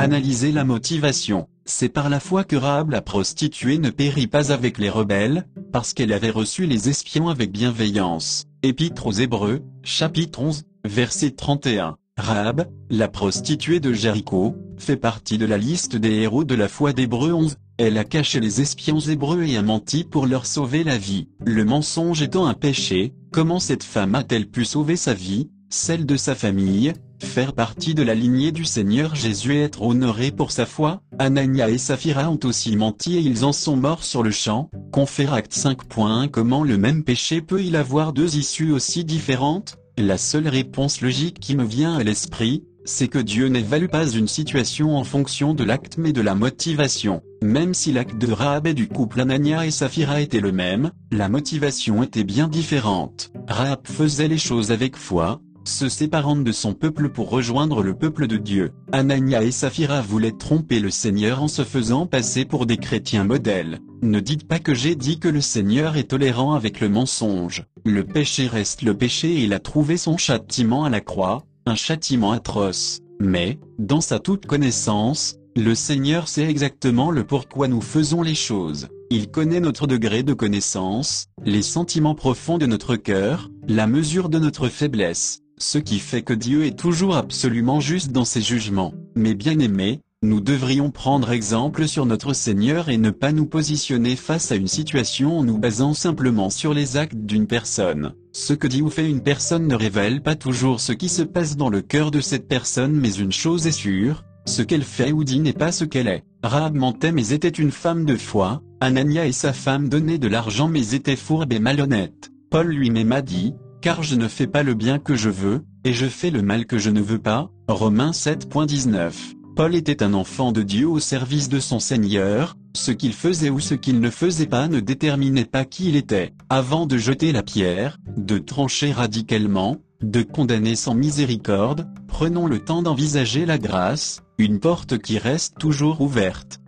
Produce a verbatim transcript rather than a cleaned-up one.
Analysez la motivation. C'est par la foi que Rahab la prostituée ne périt pas avec les rebelles, parce qu'elle avait reçu les espions avec bienveillance. Épître aux Hébreux, chapitre onze, verset trente et un. Rahab, la prostituée de Jéricho, fait partie de la liste des héros de la foi d'Hébreux onze. Elle a caché les espions hébreux et a menti pour leur sauver la vie. Le mensonge étant un péché, comment cette femme a-t-elle pu sauver sa vie, celle de sa famille, faire partie de la lignée du Seigneur Jésus et être honorée pour sa foi? Anania et Saphira ont aussi menti et ils en sont morts sur le champ. Confère Acte cinq point un. Comment le même péché peut-il avoir deux issues aussi différentes? La seule réponse logique qui me vient à l'esprit, c'est que Dieu n'évalue pas une situation en fonction de l'acte mais de la motivation. Même si l'acte de Rahab et du couple Anania et Saphira était le même, la motivation était bien différente. Rahab faisait les choses avec foi, se séparant de son peuple pour rejoindre le peuple de Dieu. Anania et Saphira voulaient tromper le Seigneur en se faisant passer pour des chrétiens modèles. Ne dites pas que j'ai dit que le Seigneur est tolérant avec le mensonge. Le péché reste le péché et il a trouvé son châtiment à la croix, un châtiment atroce. Mais, dans sa toute connaissance, le Seigneur sait exactement le pourquoi nous faisons les choses. Il connaît notre degré de connaissance, les sentiments profonds de notre cœur, la mesure de notre faiblesse. Ce qui fait que Dieu est toujours absolument juste dans ses jugements. Mais bien-aimés, nous devrions prendre exemple sur notre Seigneur et ne pas nous positionner face à une situation en nous basant simplement sur les actes d'une personne. Ce que dit ou fait une personne ne révèle pas toujours ce qui se passe dans le cœur de cette personne, mais une chose est sûre, ce qu'elle fait ou dit n'est pas ce qu'elle est. Rahab mentait mais était une femme de foi, Anania et sa femme donnaient de l'argent mais étaient fourbes et malhonnêtes. Paul lui-même a dit, car je ne fais pas le bien que je veux, et je fais le mal que je ne veux pas. Romains sept point dix-neuf. Paul était un enfant de Dieu au service de son Seigneur, ce qu'il faisait ou ce qu'il ne faisait pas ne déterminait pas qui il était. Avant de jeter la pierre, de trancher radicalement, de condamner sans miséricorde, prenons le temps d'envisager la grâce, une porte qui reste toujours ouverte.